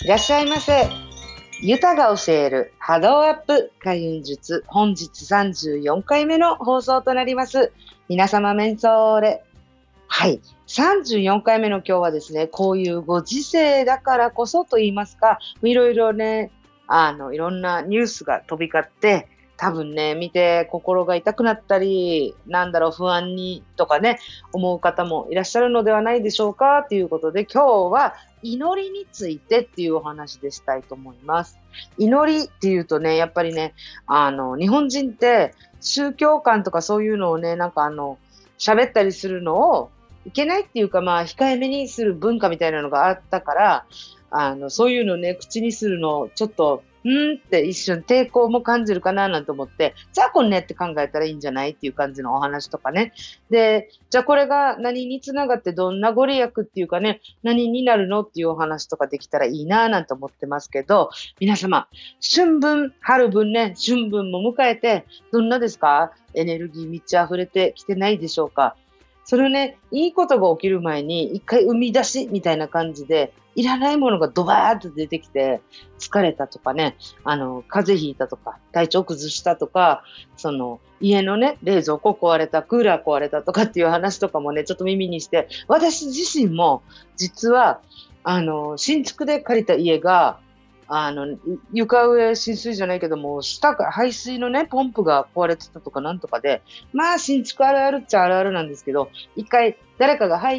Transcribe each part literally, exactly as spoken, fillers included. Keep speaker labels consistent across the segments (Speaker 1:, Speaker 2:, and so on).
Speaker 1: いらっしゃいませ。ユタが教える波動アップ開運術、本日さんじゅうよんかいめの放送となります。皆様メンソーレ。はい。さんじゅうよんかいめの今日はですね、こういうご時世だからこそと言いますか、いろいろね、あの、いろんなニュースが飛び交って、多分ね、見て心が痛くなったり、なんだろう、不安にとかね、思う方もいらっしゃるのではないでしょうかということで、今日は祈りについてっていうお話でしたいと思います。祈りっていうとね、やっぱりね、あの、日本人って宗教観とかそういうのをね、なんかあの、喋ったりするのをいけないっていうか、まあ、控えめにする文化みたいなのがあったから、あの、そういうのね、口にするの、ちょっと、うーんって一瞬抵抗も感じるかななんて思って、じゃあこんねって考えたらいいんじゃないっていう感じのお話とかね。で、じゃあこれが何につながってどんなご利益っていうかね、何になるのっていうお話とかできたらいいななんて思ってますけど、皆様、春分、春分ね、春分も迎えて、どんなですか？エネルギー満ち溢れてきてないでしょうか？それね、いいことが起きる前に一回生み出しみたいな感じで、いらないものがドバーッと出てきて、疲れたとかね、あの、風邪ひいたとか、体調崩したとか、その、家のね、冷蔵庫壊れた、クーラー壊れたとかっていう話とかもね、ちょっと耳にして、私自身も、実は、あの、新築で借りた家が、あの、床上浸水じゃないけども、下が、排水のね、ポンプが壊れてたとかなんとかで、まあ、新築あるあるっちゃあるあるなんですけど、一回誰かが入って、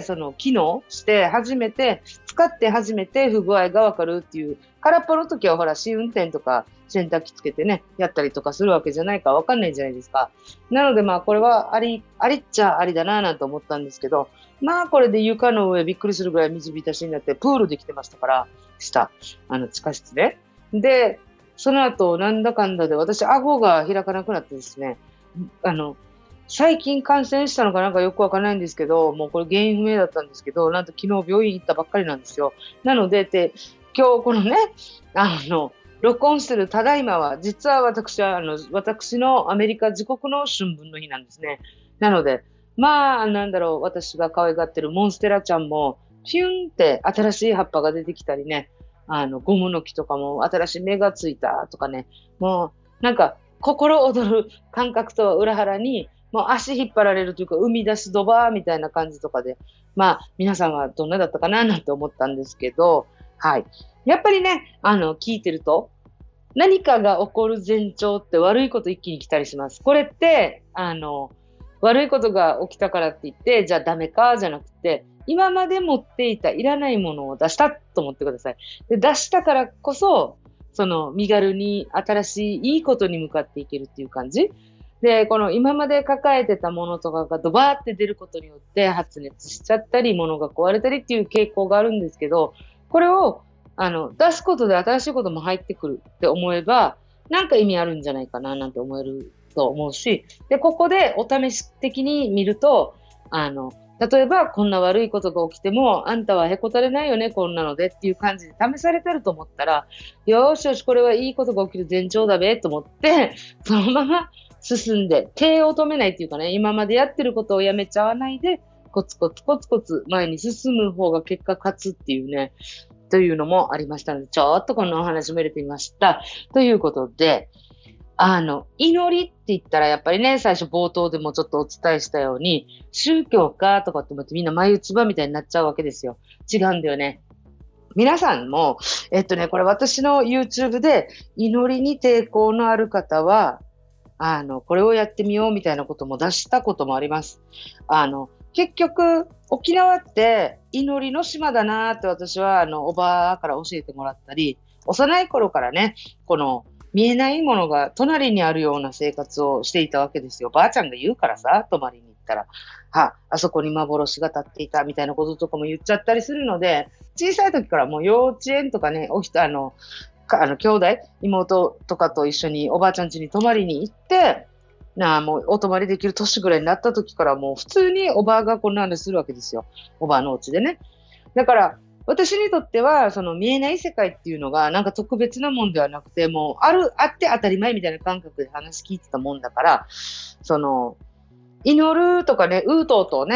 Speaker 1: その、機能して初めて、使って初めて不具合がわかるっていう、空っぽの時はほら、試運転とか、洗濯機つけてね、やったりとかするわけじゃないかわかんないじゃないですか。なのでまあ、これはあり、ありっちゃありだなぁなんて思ったんですけど、まあ、これで床の上びっくりするぐらい水浸しになって、プールできてましたから、下、あの、地下室で。で、その後、なんだかんだで、私、顎が開かなくなってですね、あの、最近感染したのかなんかよくわかんないんですけど、もうこれ原因不明だったんですけど、なんと昨日病院行ったばっかりなんですよ。なので、で、今日このね、あの、録音してるただいまは、実は私は、あの、私のアメリカ自国の春分の日なんですね。なので、まあ、なんだろう、私が可愛がってるモンステラちゃんも、ピュンって新しい葉っぱが出てきたりね、あの、ゴムの木とかも新しい芽がついたとかね、もう、なんか、心躍る感覚とは裏腹に、もう足引っ張られるというか、生み出すドバーみたいな感じとかで、まあ、皆さんはどんなだったかななんて思ったんですけど、はい。やっぱりね、あの、聞いてると、何かが起こる前兆って悪いこと一気に来たりします。これって、あの、悪いことが起きたからって言って、じゃあダメか、じゃなくて、今まで持っていたいらないものを出したと思ってください。で、出したからこそ、その身軽に新しいいいことに向かっていけるっていう感じ。で、この今まで抱えてたものとかがドバーって出ることによって発熱しちゃったり、物が壊れたりっていう傾向があるんですけど、これをあの出すことで新しいことも入ってくるって思えば、なんか意味あるんじゃないかななんて思えると思うし、で、ここでお試し的に見ると、あの、例えばこんな悪いことが起きても、あんたはへこたれないよね、こんなのでっていう感じで試されてると思ったら、よーしよし、これはいいことが起きる前兆だべと思って、そのまま進んで、手を止めないっていうかね、今までやってることをやめちゃわないで、コツコツコツコツ前に進む方が結果勝つっていうね、というのもありましたので、ちょっとこのお話も入れてみました。ということで、あの、祈りって言ったらやっぱりね、最初冒頭でもちょっとお伝えしたように、宗教かとかって思ってみんな眉唾みたいになっちゃうわけですよ。違うんだよね。皆さんも、えっとね、これ私の YouTube で祈りに抵抗のある方は、あの、これをやってみようみたいなことも出したこともあります。あの、結局、沖縄って祈りの島だなーって私は、あの、おばあから教えてもらったり、幼い頃からね、この、見えないものが隣にあるような生活をしていたわけですよ。ばあちゃんが言うからさ、泊まりに行ったら、は、あそこに幻が立っていたみたいなこととかも言っちゃったりするので、小さい時からもう幼稚園とかね、お人、あの、かあの兄弟、妹とかと一緒におばあちゃん家に泊まりに行って、なあ、もうお泊まりできる年ぐらいになった時からもう普通におばあがこんな話するわけですよ。おばあのお家でね。だから、私にとっては、その見えない世界っていうのがなんか特別なもんではなくて、もうある、あって当たり前みたいな感覚で話聞いてたもんだから、その、祈るとかね、うーとうとうね、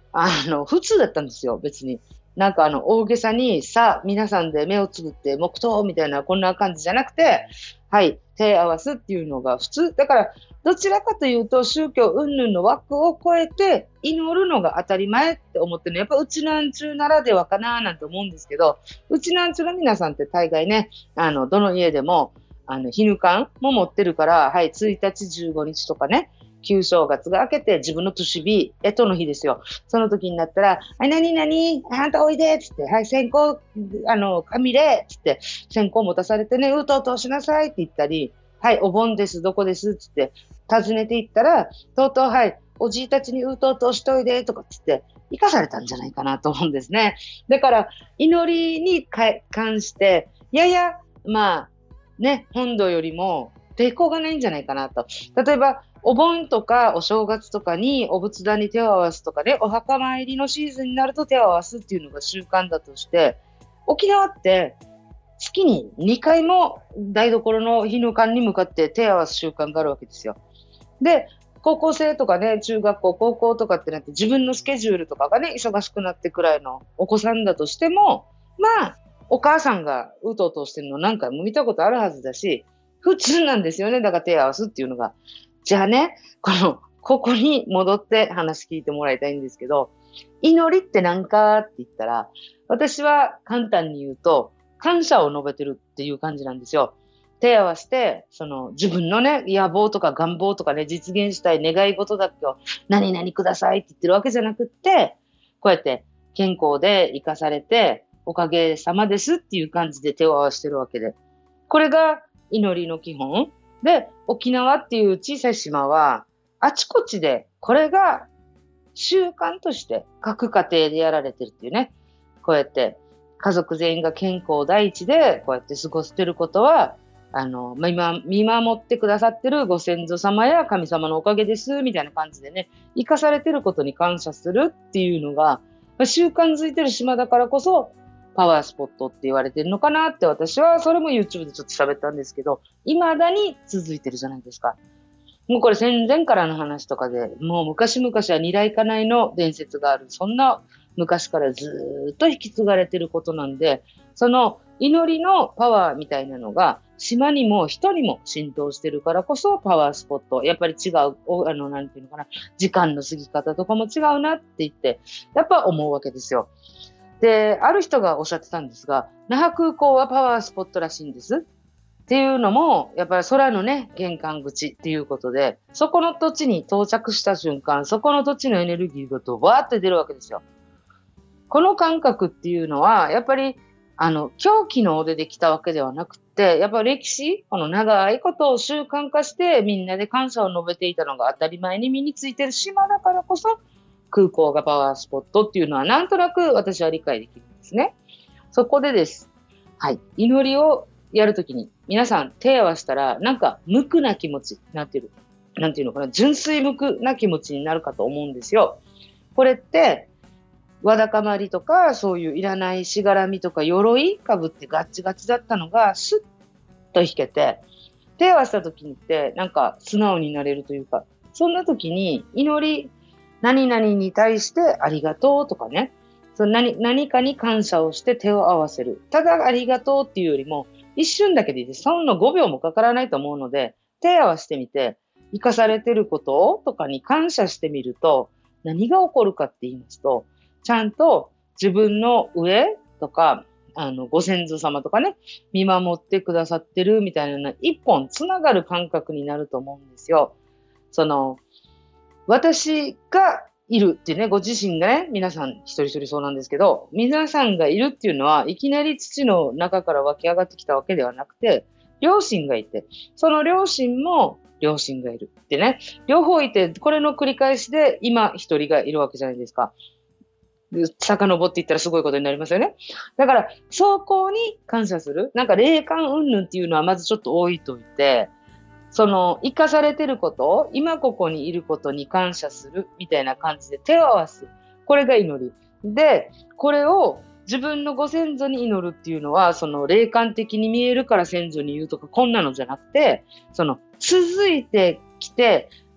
Speaker 1: あの、普通だったんですよ、別に。なんかあの、大げさに、さあ、皆さんで目をつぶって黙祷みたいな、こんな感じじゃなくて、はい、手合わすっていうのが普通。だから、どちらかというと、宗教云々の枠を超えて、祈るのが当たり前って思ってるのは、やっぱうちなんちゅうならではかななんて思うんですけど、うちなんちゅうの皆さんって大概ね、あの、どの家でも、あの、絹缶も持ってるから、はい、ついたち、じゅうごにちとかね、旧正月が明けて自分の年日、えとの日ですよ。その時になったら、はい、なになに、あんたおいでっつって、はい、線香、あの、紙でっつって、線香持たされてね、うとうとしなさいって言ったり、はい、お盆です、どこですっつって、訪ねていったら、とうとう、はい、おじいたちにうとうとしといでとかっつって、生かされたんじゃないかなと思うんですね。だから、祈りに関して、やや、まあ、ね、本土よりも抵抗がないんじゃないかなと。例えば、お盆とかお正月とかにお仏壇に手を合わすとかで、お墓参りのシーズンになると手を合わすっていうのが習慣だとして、沖縄って月ににかいも台所の日の間に向かって手を合わす習慣があるわけですよ。で、高校生とかね、中学校、高校とかってなって自分のスケジュールとかがね、忙しくなってくらいのお子さんだとしても、まあ、お母さんがうとうとしてるの何回も見たことあるはずだし、普通なんですよね。だから手を合わすっていうのが。じゃあね、この、ここに戻って話聞いてもらいたいんですけど、祈りって何かって言ったら、私は簡単に言うと、感謝を述べてるっていう感じなんですよ。手を合わせて、その自分のね、野望とか願望とかね、実現したい願い事だけを何々くださいって言ってるわけじゃなくって、こうやって健康で生かされて、おかげさまですっていう感じで手を合わせてるわけで。これが祈りの基本。で、沖縄っていう小さい島は、あちこちでこれが習慣として各家庭でやられてるっていうね。こうやって家族全員が健康第一でこうやって過ごしてることは、あの、まあ、今見守ってくださってるご先祖様や神様のおかげですみたいな感じでね、生かされてることに感謝するっていうのが、習慣づいてる島だからこそパワースポットって言われてるのかなって、私はそれも YouTube でちょっと喋ったんですけど、未だに続いてるじゃないですか。もうこれ戦前からの話とかで、もう昔々は二来家内の伝説がある。そんな昔からずーっと引き継がれてることなんで、その祈りのパワーみたいなのが島にも人にも浸透してるからこそパワースポット。やっぱり違う、あの、なんていうのかな、時間の過ぎ方とかも違うなって言って、やっぱ思うわけですよ。で、ある人がおっしゃってたんですが、那覇空港はパワースポットらしいんです。っていうのも、やっぱり空のね、玄関口っていうことで、そこの土地に到着した瞬間、そこの土地のエネルギーがドバーって出るわけですよ。この感覚っていうのは、やっぱり、あの、今日昨日でできたわけではなくて、やっぱり歴史、この長いことを習慣化してみんなで感謝を述べていたのが当たり前に身についてる島だからこそ、空港がパワースポットっていうのはなんとなく私は理解できるんですね。そこでです。はい。祈りをやるときに皆さん手を合わせたらなんか無垢な気持ちになってる。なんていうのかな。純粋無垢な気持ちになるかと思うんですよ。これってわだかまりとかそういういらないしがらみとか鎧かぶってガッチガチだったのがスッと引けて、手を合わせたときにってなんか素直になれるというか、そんなときに祈り、何々に対してありがとうとかね、その 何, 何かに感謝をして手を合わせる。ただありがとうっていうよりも一瞬だけでいいです。そんなごびょうもかからないと思うので、手を合わせてみて、生かされてることとかに感謝してみると、何が起こるかって言いますと、ちゃんと自分の上とか、あの、ご先祖様とかね、見守ってくださってるみたいなの一本つながる感覚になると思うんですよ。その、私がいるっていうね、ご自身がね、皆さん一人一人そうなんですけど、皆さんがいるっていうのは、いきなり土の中から湧き上がってきたわけではなくて、両親がいて、その両親も両親がいるってね、両方いて、これの繰り返しで今一人がいるわけじゃないですか。遡っていったらすごいことになりますよね。だから、そこに感謝する。なんか霊感云々っていうのはまずちょっと置いといて、その生かされてること、今ここにいることに感謝するみたいな感じで手を合わす。これが祈り。で、これを自分のご先祖に祈るっていうのは、その霊感的に見えるから先祖に言うとか、こんなのじゃなくて、その続いてきて、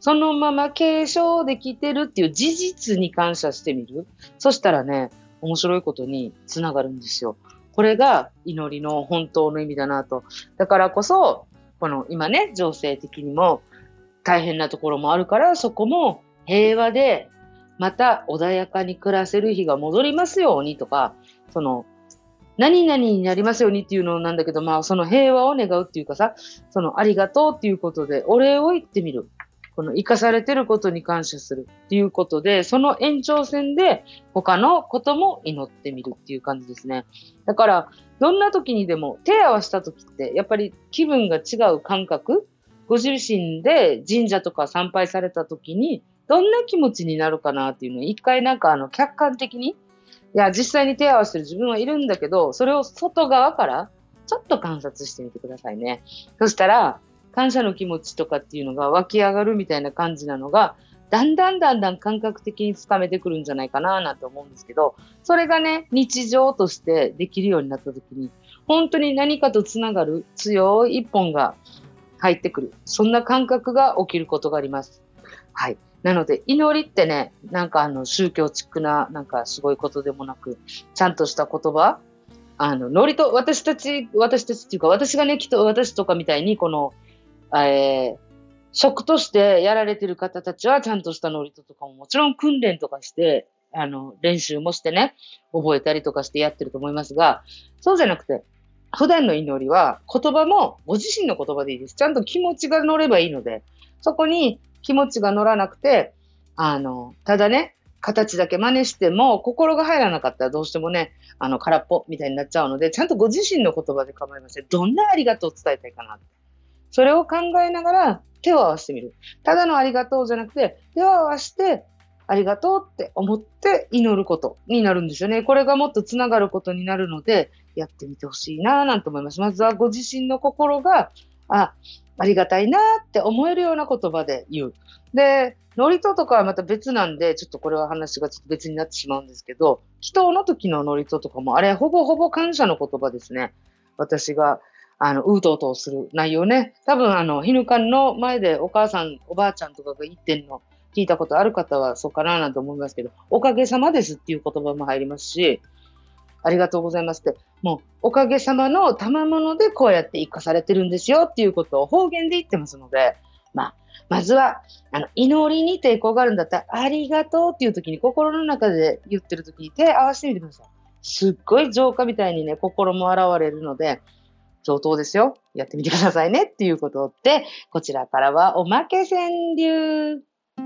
Speaker 1: そのまま継承できてるっていう事実に感謝してみる。そしたらね、面白いことにつながるんですよ。これが祈りの本当の意味だなと。だからこそ、この今ね、情勢的にも大変なところもあるから、そこも平和で、また穏やかに暮らせる日が戻りますようにとか、その、何々になりますようにっていうのなんだけど、まあその平和を願うっていうかさ、そのありがとうっていうことでお礼を言ってみる。この生かされてることに感謝するっていうことで、その延長線で他のことも祈ってみるっていう感じですね。だから、どんな時にでも手合わせた時って、やっぱり気分が違う感覚、ご自身で神社とか参拝された時に、どんな気持ちになるかなっていうのを一回なんかあの客観的に、いや、実際に手合わせてる自分はいるんだけど、それを外側からちょっと観察してみてくださいね。そしたら、感謝の気持ちとかっていうのが湧き上がるみたいな感じなのが、だんだんだんだん感覚的につかめてくるんじゃないかななんて思うんですけど、それがね、日常としてできるようになった時に、本当に何かとつながる強い一本が入ってくる。そんな感覚が起きることがあります。はい。なので、祈りってね、なんかあの、宗教チックな、なんかすごいことでもなく、ちゃんとした言葉、あの、ノリと、私たち、私たちっていうか、私がね、きっと私とかみたいに、この、えー、職としてやられてる方たちはちゃんとしたノリととかももちろん訓練とかして、あの、練習もしてね、覚えたりとかしてやってると思いますが、そうじゃなくて、普段の祈りは言葉もご自身の言葉でいいです。ちゃんと気持ちが乗ればいいので、そこに気持ちが乗らなくて、あの、ただね、形だけ真似しても心が入らなかったらどうしてもね、あの、空っぽみたいになっちゃうので、ちゃんとご自身の言葉で構いません。どんなありがとうを伝えたいかなって。それを考えながら手を合わせてみる。ただのありがとうじゃなくて、手を合わせてありがとうって思って祈ることになるんですよね。これがもっとつながることになるので、やってみてほしいなぁなんて思います。まずはご自身の心が、あ、ありがたいなって思えるような言葉で言う。で、祝詞とかはまた別なんで、ちょっとこれは話がちょっと別になってしまうんですけど、祈祷の時の祝詞とかも、あれ、ほぼほぼ感謝の言葉ですね。私が、あの、うーとうとうする内容ね。多分、あの、ひぬかんの前でお母さん、おばあちゃんとかが言ってんの、聞いたことある方はそうかななんて思いますけど、おかげさまですっていう言葉も入りますし、ありがとうございますって、もう、おかげさまの賜物でこうやって生かされてるんですよっていうことを方言で言ってますので、まあ、まずは、あの、祈りに抵抗があるんだったら、ありがとうっていう時に、心の中で言ってる時に手合わせてみてください。すっごい浄化みたいにね、心も現れるので、上等ですよ。やってみてくださいねっていうことで、こちらからはおまけ川柳。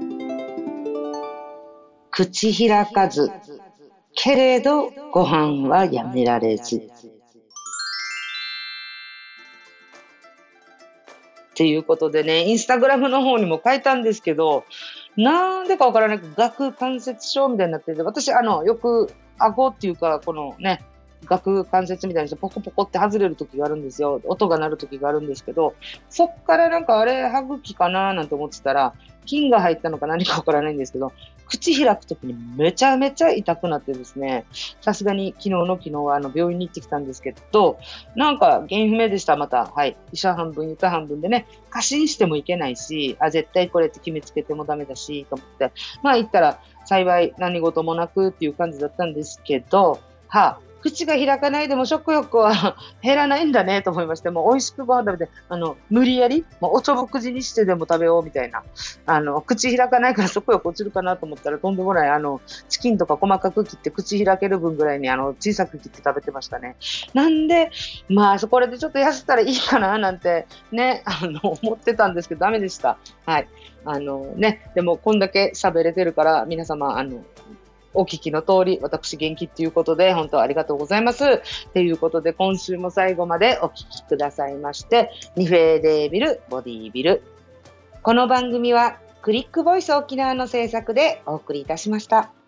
Speaker 1: 口開かず、けれどご飯はやめられず。っていうことでね、インスタグラムの方にも書いたんですけど、なんでかわからないけど、顎関節症みたいになってて、私、あの、よく顎っていうか、このね、顎関節みたいにしてポコポコって外れる時があるんですよ。音が鳴る時があるんですけど、そっからなんかあれ、歯茎かななんて思ってたら、菌が入ったのか何かわからないんですけど、口開く時にめちゃめちゃ痛くなってですね、さすがに昨日の昨日はあの病院に行ってきたんですけど、なんか原因不明でした、また。はい。医者半分、ゆか半分でね、過信してもいけないし、あ、絶対これって決めつけてもダメだし、と思って、まあ行ったら幸い何事もなくっていう感じだったんですけど、はあ、口が開かないでも食欲は減らないんだねと思いまして、もう美味しくご飯食べて、あの、無理やり、もうおちょぼくじにしてでも食べようみたいな。あの、口開かないから食欲落ちるかなと思ったらとんでもない、あの、チキンとか細かく切って口開ける分ぐらいにあの、小さく切って食べてましたね。なんで、まあ、これでちょっと痩せたらいいかななんてね、あの、思ってたんですけどダメでした。はい。あのね、でもこんだけ喋れてるから皆様、あの、お聞きの通り、私元気っていうことで、本当ありがとうございます。ということで、今週も最後までお聞きくださいまして、ニフェーデービル、ボディービル。この番組は、クリックボイス沖縄の制作でお送りいたしました。